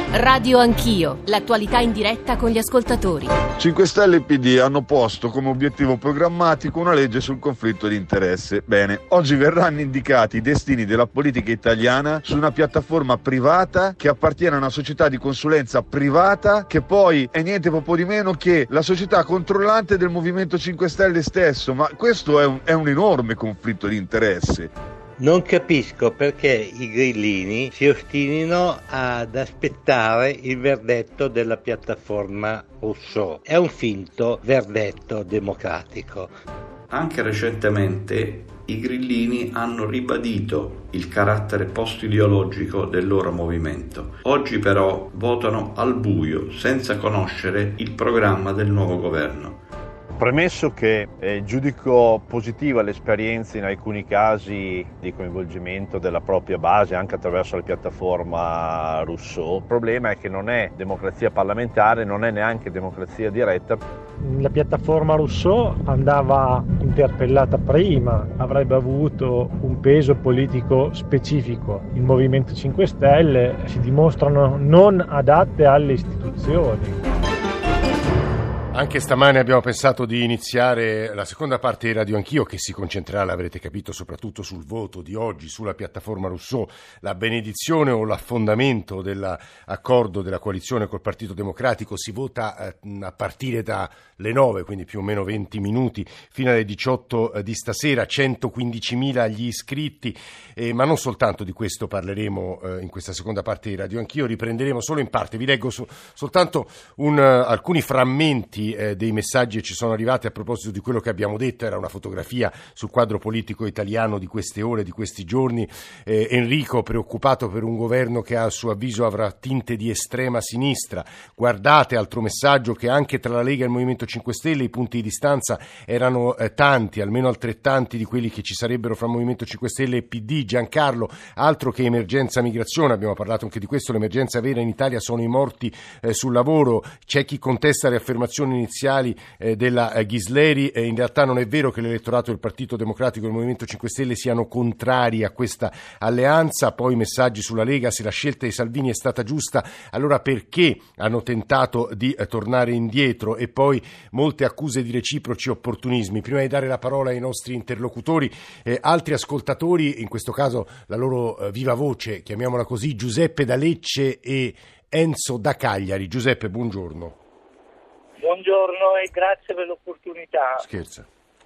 Radio Anch'io, l'attualità in diretta con gli ascoltatori. 5 Stelle e PD hanno posto come obiettivo programmatico una legge sul conflitto di interesse. Bene, oggi verranno indicati i destini della politica italiana su una piattaforma privata che appartiene a una società di consulenza privata che poi è niente poco di meno che la società controllante del Movimento 5 Stelle stesso. Ma questo è un enorme conflitto di interesse. Non capisco perché i grillini si ostinino ad aspettare il verdetto della piattaforma Rousseau. È un finto verdetto democratico. Anche recentemente i grillini hanno ribadito il carattere post-ideologico del loro movimento. Oggi però votano al buio, senza conoscere il programma del nuovo governo. Premesso che giudico positiva l'esperienza in alcuni casi di coinvolgimento della propria base anche attraverso la piattaforma Rousseau, il problema è che non è democrazia parlamentare, non è neanche democrazia diretta. La piattaforma Rousseau andava interpellata prima, avrebbe avuto un peso politico specifico. Il Movimento 5 Stelle si dimostrano non adatte alle istituzioni. Anche stamane abbiamo pensato di iniziare la seconda parte di Radio Anch'io, che si concentrerà, l'avrete capito, soprattutto sul voto di oggi sulla piattaforma Rousseau, la benedizione o l'affondamento dell'accordo della coalizione col Partito Democratico. Si vota a partire dalle 9, quindi più o meno 20 minuti, fino alle 18 di stasera, 115.000 gli iscritti, ma non soltanto di questo parleremo in questa seconda parte di Radio Anch'io, riprenderemo solo in parte, vi leggo soltanto alcuni frammenti dei messaggi che ci sono arrivati a proposito di quello che abbiamo detto. Era una fotografia sul quadro politico italiano di queste ore, di questi giorni. Enrico, preoccupato per un governo che a suo avviso avrà tinte di estrema sinistra. Guardate, altro messaggio, che anche tra la Lega e il Movimento 5 Stelle i punti di distanza erano tanti, almeno altrettanti di quelli che ci sarebbero fra Movimento 5 Stelle e PD. Giancarlo, altro che emergenza migrazione, abbiamo parlato anche di questo, l'emergenza vera in Italia sono i morti sul lavoro. C'è chi contesta le affermazioni iniziali della Ghisleri. In realtà non è vero che l'elettorato del Partito Democratico e del Movimento 5 Stelle siano contrari a questa alleanza. Poi messaggi sulla Lega: se la scelta di Salvini è stata giusta, allora perché hanno tentato di tornare indietro? E poi molte accuse di reciproci opportunismi. Prima di dare la parola ai nostri interlocutori, altri ascoltatori, in questo caso la loro viva voce, chiamiamola così, Giuseppe da Lecce e Enzo da Cagliari. Giuseppe, buongiorno. Buongiorno e grazie per l'opportunità. Scherza.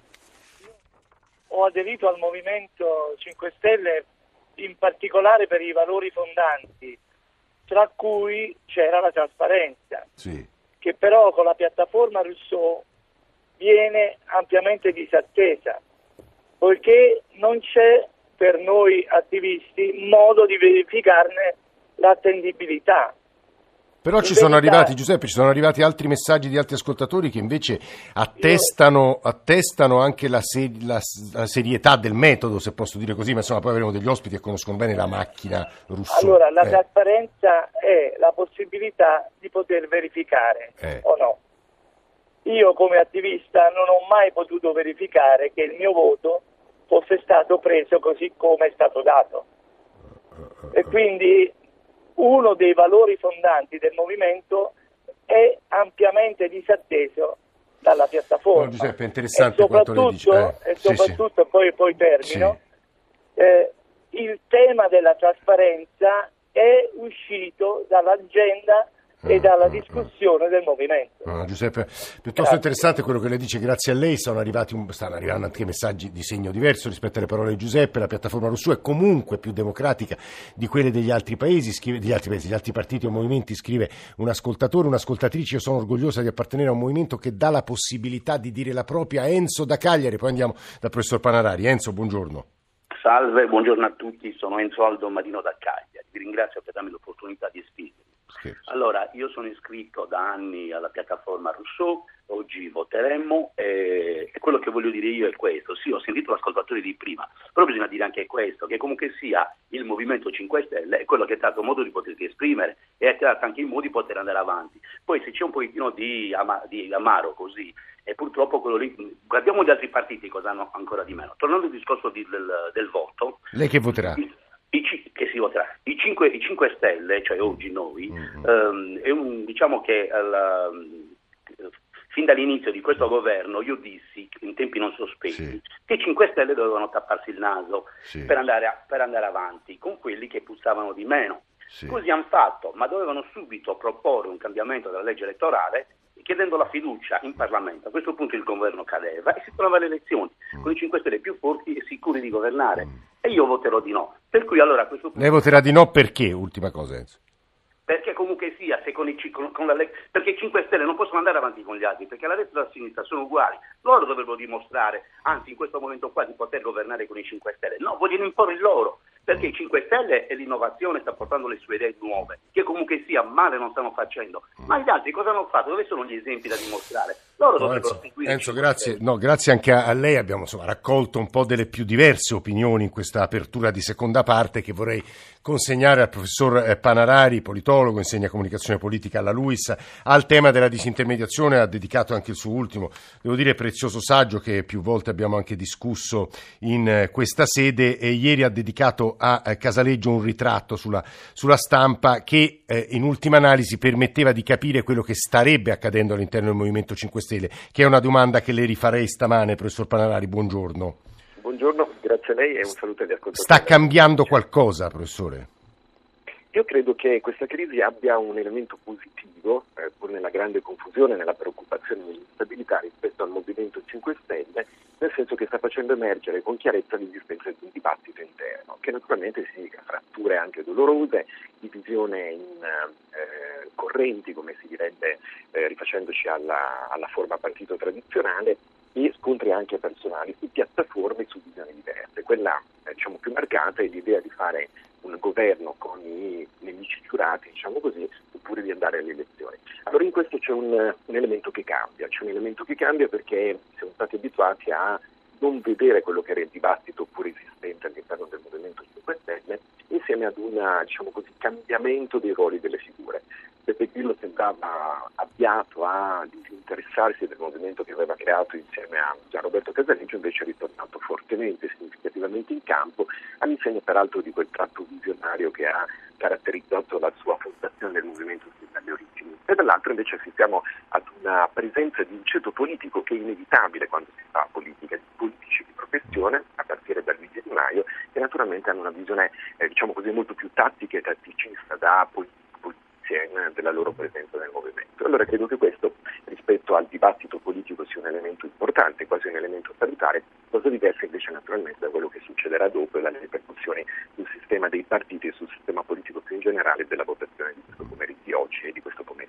Ho aderito al Movimento 5 Stelle in particolare per i valori fondanti, tra cui c'era la trasparenza, sì, che però con la piattaforma Rousseau viene ampiamente disattesa, poiché non c'è per noi attivisti modo di verificarne l'attendibilità. Però ci sono arrivati, Giuseppe, ci sono arrivati altri messaggi di altri ascoltatori che invece attestano anche la serietà del metodo, se posso dire così, ma insomma poi avremo degli ospiti che conoscono bene la macchina Rousseau. Allora, la trasparenza è la possibilità di poter verificare o no. Io come attivista non ho mai potuto verificare che il mio voto fosse stato preso così come è stato dato. E quindi uno dei valori fondanti del movimento è ampiamente disatteso dalla piattaforma. No, Giuseppe, è interessante quanto lei dice. E soprattutto, poi termino, il tema della trasparenza è uscito dall'agenda e dalla discussione del movimento. Giuseppe, piuttosto interessante quello che lei dice. Grazie a lei stanno arrivando anche messaggi di segno diverso rispetto alle parole di Giuseppe. La piattaforma Rousseau è comunque più democratica di quelle degli altri paesi, degli altri partiti o movimenti, scrive un ascoltatore, un'ascoltatrice. Io sono orgogliosa di appartenere a un movimento che dà la possibilità di dire la propria. Enzo da Cagliari, poi andiamo dal professor Panarari. Enzo, buongiorno. Salve, buongiorno a tutti, sono Enzo Aldo Marino da Cagliari, vi ringrazio per darmi l'opportunità di esprimermi. Allora, io sono iscritto da anni alla piattaforma Rousseau, oggi voteremo e quello che voglio dire io è questo. Sì, ho sentito l'ascoltatore di prima, però bisogna dire anche questo, che comunque sia il Movimento 5 Stelle è quello che ha dato modo di potersi esprimere e ha dato anche il modo di poter andare avanti. Poi se c'è un pochettino di amaro così, e purtroppo quello lì, guardiamo gli altri partiti cosa hanno ancora di meno. Tornando al discorso del voto. Lei che voterà? che si voterà. I 5 Stelle, cioè oggi noi, diciamo che fin dall'inizio di questo governo io dissi, in tempi non sospetti, che i 5 Stelle dovevano tapparsi il naso per andare avanti con quelli che puzzavano di meno. Così hanno fatto, ma dovevano subito proporre un cambiamento della legge elettorale chiedendo la fiducia in Parlamento. A questo punto il governo cadeva e si trovava alle elezioni con i 5 Stelle più forti e sicuri di governare. E io voterò di no. Per cui allora a questo punto... Lei voterà di no perché? Ultima cosa, Enzo. Perché comunque sia, se con la perché i 5 Stelle non possono andare avanti con gli altri, perché la destra e la sinistra sono uguali. Loro dovrebbero dimostrare, anzi in questo momento qua, di poter governare con i 5 Stelle. No, vogliono imporre il loro, perché i 5 Stelle e l'innovazione sta portando le sue idee nuove, che comunque sia male non stanno facendo. Ma gli altri cosa hanno fatto? Dove sono gli esempi da dimostrare? Loro dovrebbero seguire. Enzo, grazie. No, grazie anche a lei. Abbiamo raccolto un po' delle più diverse opinioni in questa apertura di seconda parte che vorrei consegnare al professor Panarari, politologo, insegna comunicazione politica alla LUISS. Al tema della disintermediazione ha dedicato anche il suo ultimo, devo dire, prezioso saggio che più volte abbiamo anche discusso in questa sede, e ieri ha dedicato a Casaleggio un ritratto sulla Stampa che in ultima analisi permetteva di capire quello che starebbe accadendo all'interno del Movimento 5 Stelle, che è una domanda che le rifarei stamane. Professor Panarari, buongiorno. Buongiorno, grazie a lei e un saluto agli ascoltatori. Sta cambiando qualcosa, professore? Io credo che questa crisi abbia un elemento positivo, pur nella grande confusione, nella preoccupazione e nell'instabilità rispetto al Movimento 5 Stelle, nel senso che sta facendo emergere con chiarezza l'esistenza di un dibattito interno, che naturalmente significa fratture anche dolorose, divisione in correnti, come si direbbe, rifacendoci alla forma partito tradizionale, e scontri anche personali su piattaforme e su visioni diverse. Quella più marcata è l'idea di fare un governo con i nemici giurati, diciamo così, oppure di andare alle elezioni. Allora in questo c'è un elemento che cambia, perché siamo stati abituati a non vedere quello che era il dibattito pure esistente all'interno del Movimento 5 Stelle, insieme ad un cambiamento dei ruoli delle figure. Beppe Grillo sembrava avviato a disinteressarsi del movimento che aveva creato insieme a Gianroberto Casaleggio, invece è ritornato fortemente, significativamente in campo, all'insegna peraltro di quel tratto visionario che ha caratterizzato la sua fondazione del movimento dalle origini. E dall'altro invece assistiamo ad una presenza di un ceto politico che è inevitabile quando si fa politica, di politici di professione, a partire da Luigi Di Maio, che naturalmente hanno una visione molto più tattica e tatticista da della loro presenza nel movimento. Allora credo che questo, rispetto al dibattito politico, sia un elemento importante, quasi un elemento salutare, cosa diversa invece naturalmente da quello che succederà dopo e dalle ripercussioni sul sistema dei partiti e sul sistema politico più in generale della votazione di questo pomeriggio, di oggi e di questo pomeriggio.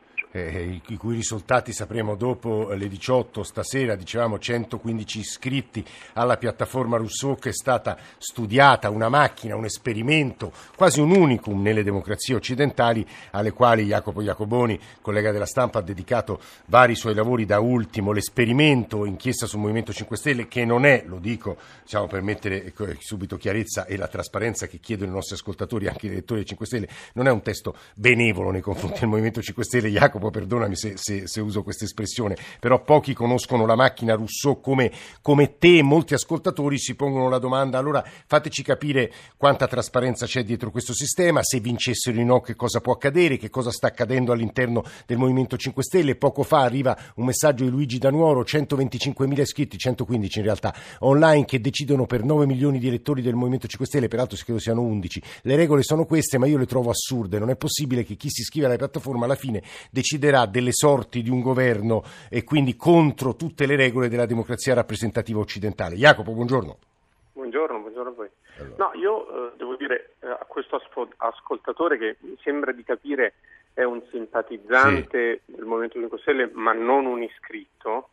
I cui risultati sapremo dopo le 18 stasera. Dicevamo 115 iscritti alla piattaforma Rousseau, che è stata studiata, una macchina, un esperimento, quasi un unicum nelle democrazie occidentali, alle quali Jacopo Iacoboni, collega della Stampa, ha dedicato vari suoi lavori, da ultimo l'esperimento inchiesta sul Movimento 5 Stelle, che non è, lo dico per mettere subito chiarezza e la trasparenza che chiedono i nostri ascoltatori, anche i lettori dei 5 Stelle, non è un testo benevolo nei confronti del Movimento 5 Stelle. Jacopo, perdonami se uso questa espressione, però pochi conoscono la macchina Rousseau come te, e molti ascoltatori si pongono la domanda: allora fateci capire quanta trasparenza c'è dietro questo sistema, se vincessero i no che cosa può accadere, che cosa sta accadendo all'interno del Movimento 5 Stelle. Poco fa arriva un messaggio di Luigi da Nuoro: 125.000 iscritti, 115 in realtà, online, che decidono per 9 milioni di elettori del Movimento 5 Stelle, peraltro credo siano 11. Le regole sono queste, ma io le trovo assurde. Non è possibile che chi si iscrive alla piattaforma alla fine deciderà delle sorti di un governo, e quindi contro tutte le regole della democrazia rappresentativa occidentale. Jacopo, buongiorno. Buongiorno a voi. No, io devo dire a questo ascoltatore, che mi sembra di capire è un simpatizzante del Movimento 5 Stelle ma non un iscritto,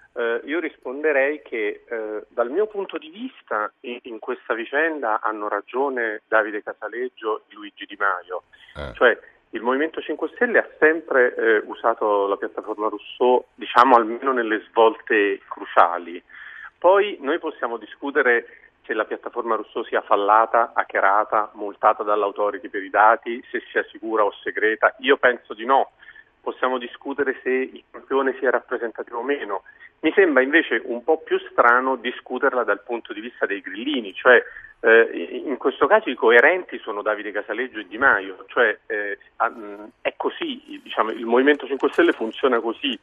io risponderei che dal mio punto di vista in questa vicenda hanno ragione Davide Casaleggio e Luigi Di Maio. Cioè, il Movimento 5 Stelle ha sempre usato la piattaforma Rousseau, almeno nelle svolte cruciali. Poi noi possiamo discutere se la piattaforma Rousseau sia fallata, hackerata, multata dall'autority per i dati, se sia sicura o segreta. Io penso di no, possiamo discutere se il campione sia rappresentativo o meno. Mi sembra invece un po' più strano discuterla dal punto di vista dei grillini, cioè in questo caso i coerenti sono Davide Casaleggio e Di Maio, cioè è così, diciamo, il Movimento 5 Stelle funziona così,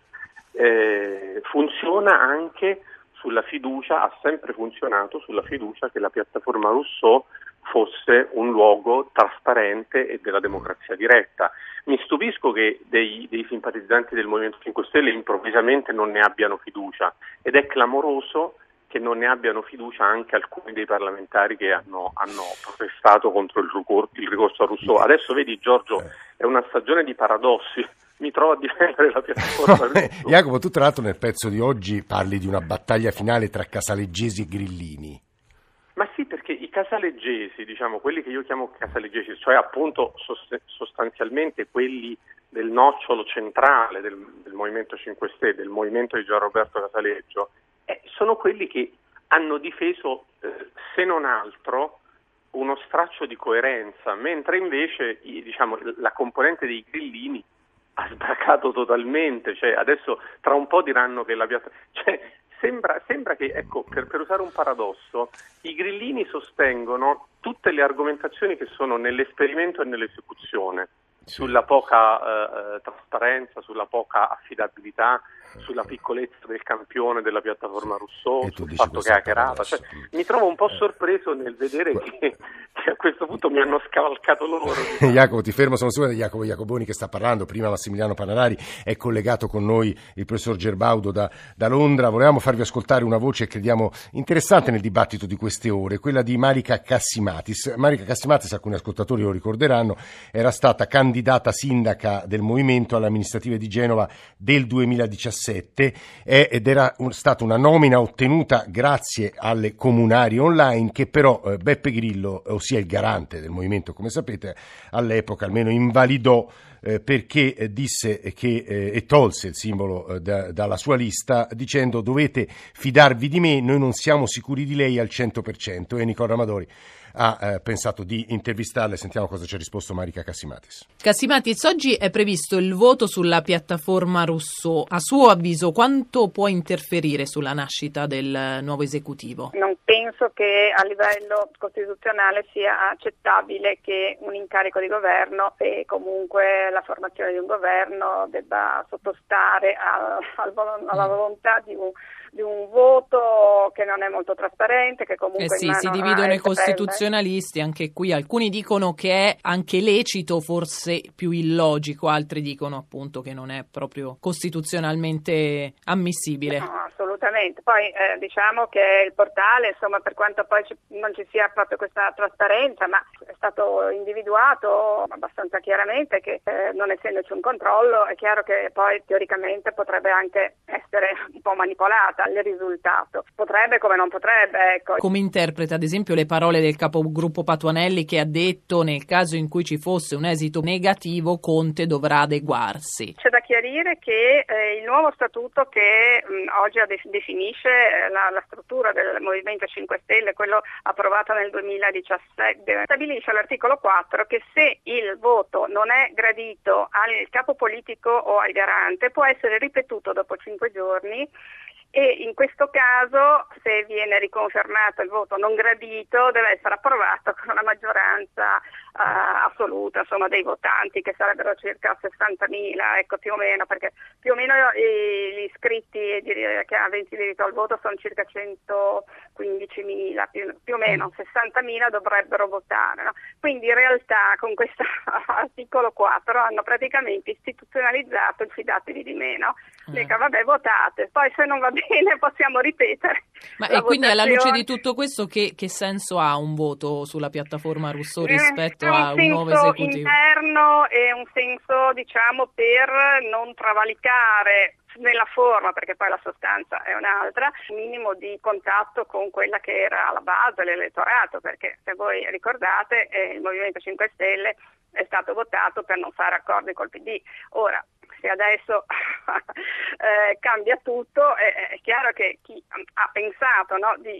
funziona anche sulla fiducia, ha sempre funzionato sulla fiducia che la piattaforma Rousseau fosse un luogo trasparente e della democrazia diretta. Mi stupisco che dei simpatizzanti del Movimento 5 Stelle improvvisamente non ne abbiano fiducia, ed è clamoroso che non ne abbiano fiducia anche alcuni dei parlamentari che hanno protestato contro il ricorso a Rousseau. Adesso vedi, Giorgio, è una stagione di paradossi. Mi trovo a difendere la piattaforma Rousseau. Jacopo, tu tra l'altro nel pezzo di oggi parli di una battaglia finale tra casaleggesi e grillini. Ma sì, perché i casaleggesi, diciamo, quelli che io chiamo casaleggesi, cioè appunto sostanzialmente quelli del nocciolo centrale del Movimento 5 Stelle, del movimento di Gianroberto Casaleggio, sono quelli che hanno difeso, se non altro, uno straccio di coerenza, mentre invece diciamo, la componente dei grillini ha sbracato totalmente, cioè adesso tra un po' diranno che la cioè sembra che, ecco, per usare un paradosso, i grillini sostengono tutte le argomentazioni che sono nell'esperimento e nell'esecuzione, sulla poca trasparenza, sulla poca affidabilità, sulla piccolezza del campione della piattaforma Rousseau, sul fatto che è hackerata. Cioè, mi trovo un po' sorpreso nel vedere che a questo punto mi hanno scavalcato loro. Jacopo, ti fermo, sono sicuro di Jacopo Jacoboni che sta parlando, prima Massimiliano Panarari, è collegato con noi il professor Gerbaudo da Londra. Volevamo farvi ascoltare una voce, crediamo, interessante nel dibattito di queste ore, quella di Marica Cassimatis. Marica Cassimatis, alcuni ascoltatori lo ricorderanno, era stata candidata sindaca del Movimento alle amministrative di Genova del 2017 ed era stata una nomina ottenuta grazie alle comunari online che però Beppe Grillo, ossia il garante del movimento, come sapete, all'epoca almeno invalidò perché disse che e tolse il simbolo dalla sua lista dicendo: dovete fidarvi di me, noi non siamo sicuri di lei al 100%. E Nicola Amadori ha pensato di intervistarla. Sentiamo cosa ci ha risposto Marica Cassimatis. Cassimatis, oggi è previsto il voto sulla piattaforma Rousseau. A suo avviso quanto può interferire sulla nascita del nuovo esecutivo? Non penso che a livello costituzionale sia accettabile che un incarico di governo e comunque la formazione di un governo debba sottostare alla volontà di un voto che non è molto trasparente, che comunque si dividono i costituzionalisti, anche qui alcuni dicono che è anche lecito, forse più illogico, altri dicono appunto che non è proprio costituzionalmente ammissibile. No, assolutamente. Poi diciamo che il portale, insomma, per quanto poi non ci sia proprio questa trasparenza, ma è stato individuato abbastanza chiaramente che non essendoci un controllo è chiaro che poi teoricamente potrebbe anche essere un po' manipolata il risultato. Potrebbe come non potrebbe, ecco. Come interpreta ad esempio le parole del capogruppo Patuanelli che ha detto: nel caso in cui ci fosse un esito negativo Conte dovrà adeguarsi? C'è da chiarire che il nuovo statuto che oggi definisce la struttura del Movimento 5 Stelle, quello approvato nel 2017, stabilisce all'articolo 4 che se il voto non è gradito al capo politico o al garante può essere ripetuto dopo 5 giorni. E in questo caso, se viene riconfermato il voto non gradito, deve essere approvato con una maggioranza assoluta, insomma, dei votanti, che sarebbero circa 60.000, ecco, più o meno, perché più o meno gli iscritti che aventi diritto al voto sono circa 115.000, più o meno 60.000 dovrebbero votare, no? Quindi in realtà con questo articolo 4 hanno praticamente istituzionalizzato il fidatevi di me, no? Dica, vabbè, votate, poi se non va bene possiamo ripetere. Ma e quindi alla luce di tutto questo che senso ha un voto sulla piattaforma Rousseau rispetto a un nuovo esecutivo? Un senso interno e un senso, diciamo, per non travalicare nella forma, perché poi la sostanza è un'altra, un minimo di contatto con quella che era la base, l'elettorato, perché se voi ricordate il Movimento 5 Stelle è stato votato per non fare accordi col PD. Ora, se adesso cambia tutto, è chiaro che chi ha pensato, no, di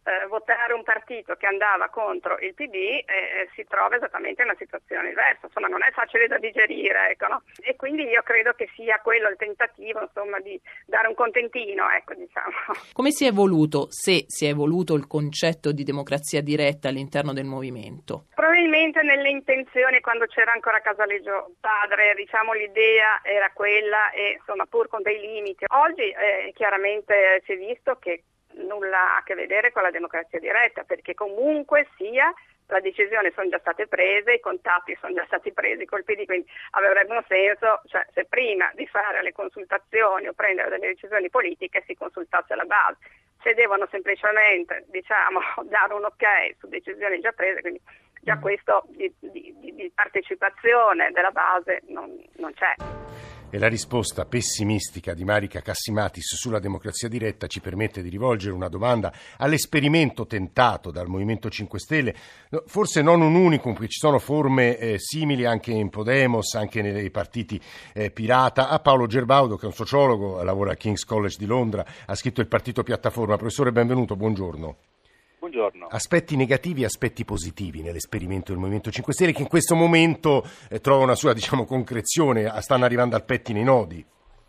votare un partito che andava contro il PD si trova esattamente in una situazione diversa, insomma non è facile da digerire, ecco, no? E quindi io credo che sia quello il tentativo, insomma, di dare un contentino, ecco, diciamo. Come si è evoluto, se si è evoluto il concetto di democrazia diretta all'interno del movimento? Probabilmente nelle intenzioni, quando c'era ancora Casaleggio padre, diciamo l'idea era quella, e insomma pur con dei limiti. Oggi chiaramente si è visto che nulla ha a che vedere con la democrazia diretta, perché comunque sia le decisioni sono già state prese, i contatti sono già stati presi col PD, quindi avrebbe un senso, cioè se prima di fare le consultazioni o prendere delle decisioni politiche si consultasse la base. Se devono semplicemente, diciamo, dare un ok su decisioni già prese, quindi già questo di partecipazione della base non c'è. E la risposta pessimistica di Marica Cassimatis sulla democrazia diretta ci permette di rivolgere una domanda all'esperimento tentato dal Movimento 5 Stelle, forse non un unicum, perché ci sono forme simili anche in Podemos, anche nei partiti pirata, a Paolo Gerbaudo, che è un sociologo, lavora al King's College di Londra, ha scritto Il Partito Piattaforma. Professore, benvenuto, buongiorno. Buongiorno. Aspetti negativi e aspetti positivi nell'esperimento del Movimento 5 Stelle, che in questo momento trova una sua, concrezione, stanno arrivando al pettine i nodi.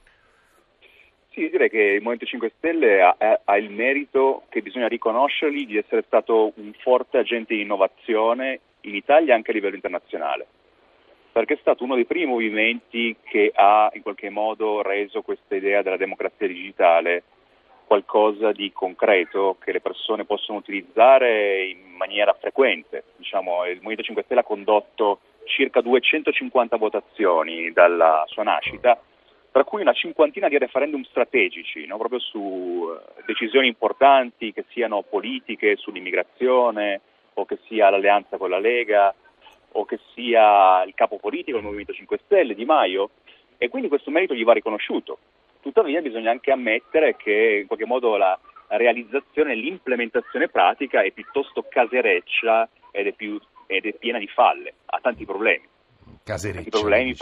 Sì, io direi che il Movimento 5 Stelle ha il merito, che bisogna riconoscergli, di essere stato un forte agente di innovazione in Italia e anche a livello internazionale, perché è stato uno dei primi movimenti che ha in qualche modo reso questa idea della democrazia digitale qualcosa di concreto che le persone possono utilizzare in maniera frequente. Diciamo, il Movimento 5 Stelle ha condotto circa 250 votazioni dalla sua nascita, tra cui una cinquantina di referendum strategici, no? Proprio su decisioni importanti, che siano politiche, sull'immigrazione, o che sia l'alleanza con la Lega, o che sia il capo politico del Movimento 5 Stelle, Di Maio, e quindi questo merito gli va riconosciuto. Tuttavia bisogna anche ammettere che in qualche modo la realizzazione e l'implementazione pratica è piuttosto casereccia ed è piena di falle, ha tanti problemi. Casereccia? Tanti problemi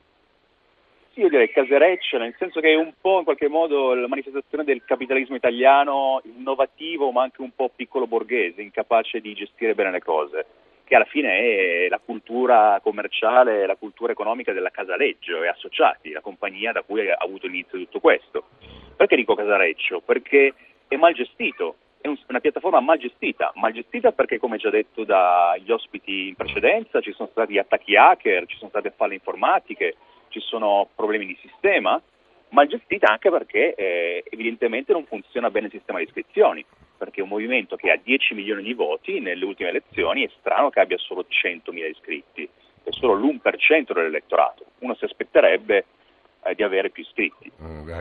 Sì, io direi casereccia, nel senso che è un po' in qualche modo la manifestazione del capitalismo italiano innovativo, ma anche un po' piccolo borghese, incapace di gestire bene le cose, che alla fine è la cultura commerciale, la cultura economica della Casaleggio e associati, la compagnia da cui ha avuto l'inizio di tutto questo. Perché dico Casaleggio? Perché è mal gestito, è una piattaforma mal gestita perché, come già detto dagli ospiti in precedenza, ci sono stati attacchi hacker, ci sono state falle informatiche, ci sono problemi di sistema, mal gestita anche perché evidentemente non funziona bene il sistema di iscrizioni, perché un movimento che ha 10 milioni di voti nelle ultime elezioni è strano che abbia solo 100.000 iscritti, è solo l'1% dell'elettorato. Uno si aspetterebbe di avere più iscritti.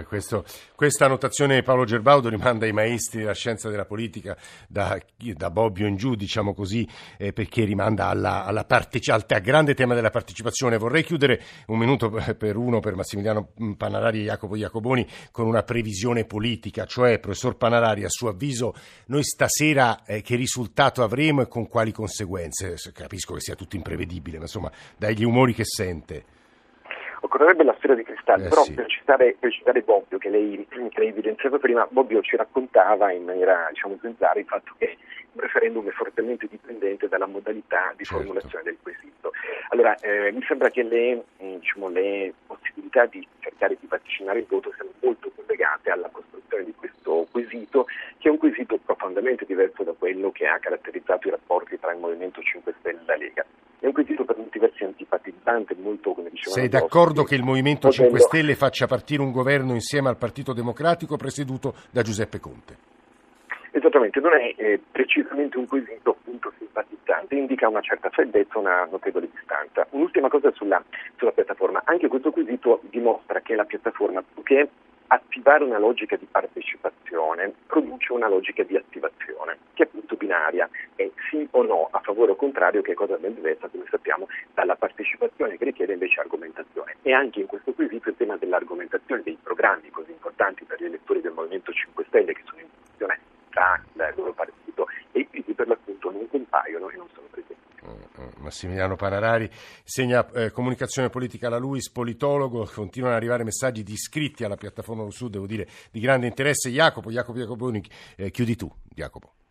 Questa annotazione di Paolo Gerbaudo rimanda ai maestri della scienza della politica da Bobbio in giù, diciamo così, perché rimanda al grande tema della partecipazione. Vorrei chiudere un minuto per Massimiliano Panarari e Jacopo Iacoboni con una previsione politica, cioè, professor Panarari, a suo avviso noi stasera che risultato avremo e con quali conseguenze? Capisco che sia tutto imprevedibile, ma insomma, dagli umori che sente. Occorrerebbe la sfera di cristallo, però sì. per citare Bobbio, che lei evidenziava prima, Bobbio ci raccontava in maniera esemplare il fatto che un referendum è fortemente dipendente dalla modalità di formulazione del quesito. Allora, mi sembra che le possibilità di cercare di vaccinare il voto siano molto collegate alla costruzione di questo quesito, che è un quesito profondamente diverso da quello che ha caratterizzato i rapporti tra il Movimento 5 Stelle e la Lega. È un quesito per molti versi antipatizzante, molto, come dicevano. Sei d'accordo che il Movimento 5 Stelle faccia partire un governo insieme al Partito Democratico presieduto da Giuseppe Conte? Esattamente, non è precisamente un quesito appunto simpatizzante, indica una certa freddezza, una notevole distanza. Un'ultima cosa sulla piattaforma, anche questo quesito dimostra che la piattaforma, che attivare una logica di partecipazione, produce una logica di attivazione, che è appunto binaria, è sì o no, a favore o contrario, che è cosa ben diversa, come sappiamo, dalla partecipazione, che richiede invece argomentazione. E anche in questo quesito il tema dell'argomentazione dei programmi così importanti per gli elettori del Movimento 5 Stelle, che sono in funzione tra il loro partito e i PD, per l'appunto non compaiono e non sono presenti. Massimiliano Panarari segna comunicazione politica alla LUISS, politologo. Continuano ad arrivare messaggi di iscritti alla piattaforma Rousseau, devo dire di grande interesse. Jacopo Iacoboni, chiudi tu, Jacopo.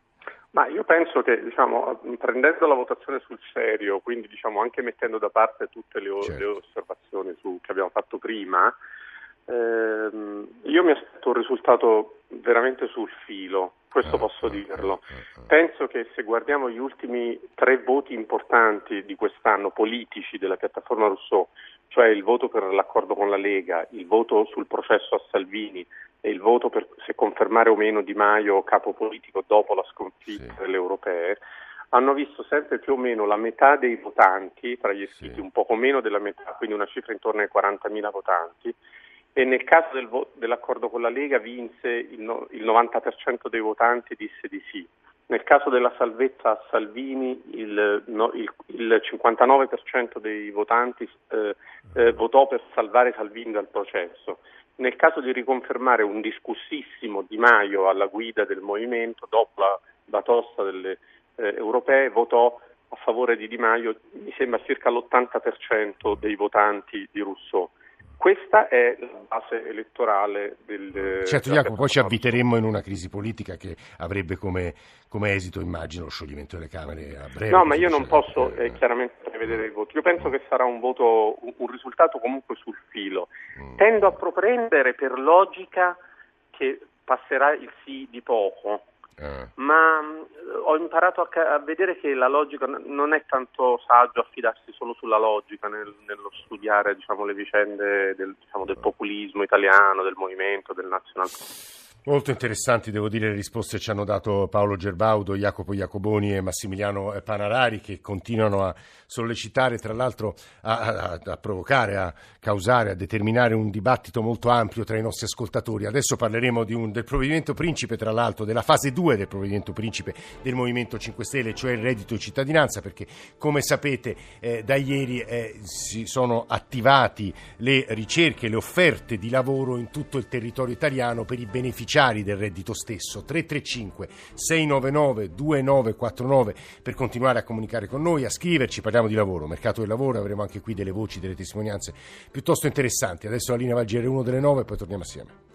Ma io penso che, prendendo la votazione sul serio, quindi anche mettendo da parte tutte le osservazioni che abbiamo fatto prima, io mi aspetto un risultato veramente sul filo, questo posso dirlo. Penso che se guardiamo gli ultimi 3 voti importanti di quest'anno, politici, della piattaforma Rousseau, cioè il voto per l'accordo con la Lega, il voto sul processo a Salvini e il voto per se confermare o meno Di Maio capo politico dopo la sconfitta delle europee, hanno visto sempre più o meno la metà dei votanti, tra gli iscritti un poco meno della metà, quindi una cifra intorno ai 40.000 votanti, e nel caso dell'accordo con la Lega vinse il 90% dei votanti disse di sì. Nel caso della salvezza a Salvini il 59% dei votanti votò per salvare Salvini dal processo. Nel caso di riconfermare un discussissimo Di Maio alla guida del movimento, dopo la batosta delle europee, votò a favore di Di Maio, mi sembra circa l'80% dei votanti di Rousseau. Questa è la base elettorale del... Certo, Jacopo, poi ci avviteremmo in una crisi politica che avrebbe come esito, immagino, lo scioglimento delle Camere a breve. No, ma io non posso chiaramente prevedere il voto. Io penso che sarà un risultato comunque sul filo. Tendo a propendere per logica che passerà il sì di poco. Ma ho imparato a vedere che la logica non è tanto saggio affidarsi solo sulla logica nello studiare le vicende del populismo italiano, del movimento, del nazionalismo. Molto interessanti, devo dire, le risposte ci hanno dato Paolo Gerbaudo, Jacopo Iacoboni e Massimiliano Panarari, che continuano a sollecitare, tra l'altro a provocare, a causare, a determinare un dibattito molto ampio tra i nostri ascoltatori. Adesso parleremo del provvedimento principe, tra l'altro della fase 2 del provvedimento principe del Movimento 5 Stelle, cioè il reddito di cittadinanza, perché come sapete da ieri si sono attivati le ricerche, le offerte di lavoro in tutto il territorio italiano per i beneficiari del reddito stesso. 335 699 2949 per continuare a comunicare con noi, a scriverci. Parliamo di lavoro, mercato del lavoro, avremo anche qui delle voci, delle testimonianze piuttosto interessanti. Adesso la linea va al GR1 delle 9 e poi torniamo assieme.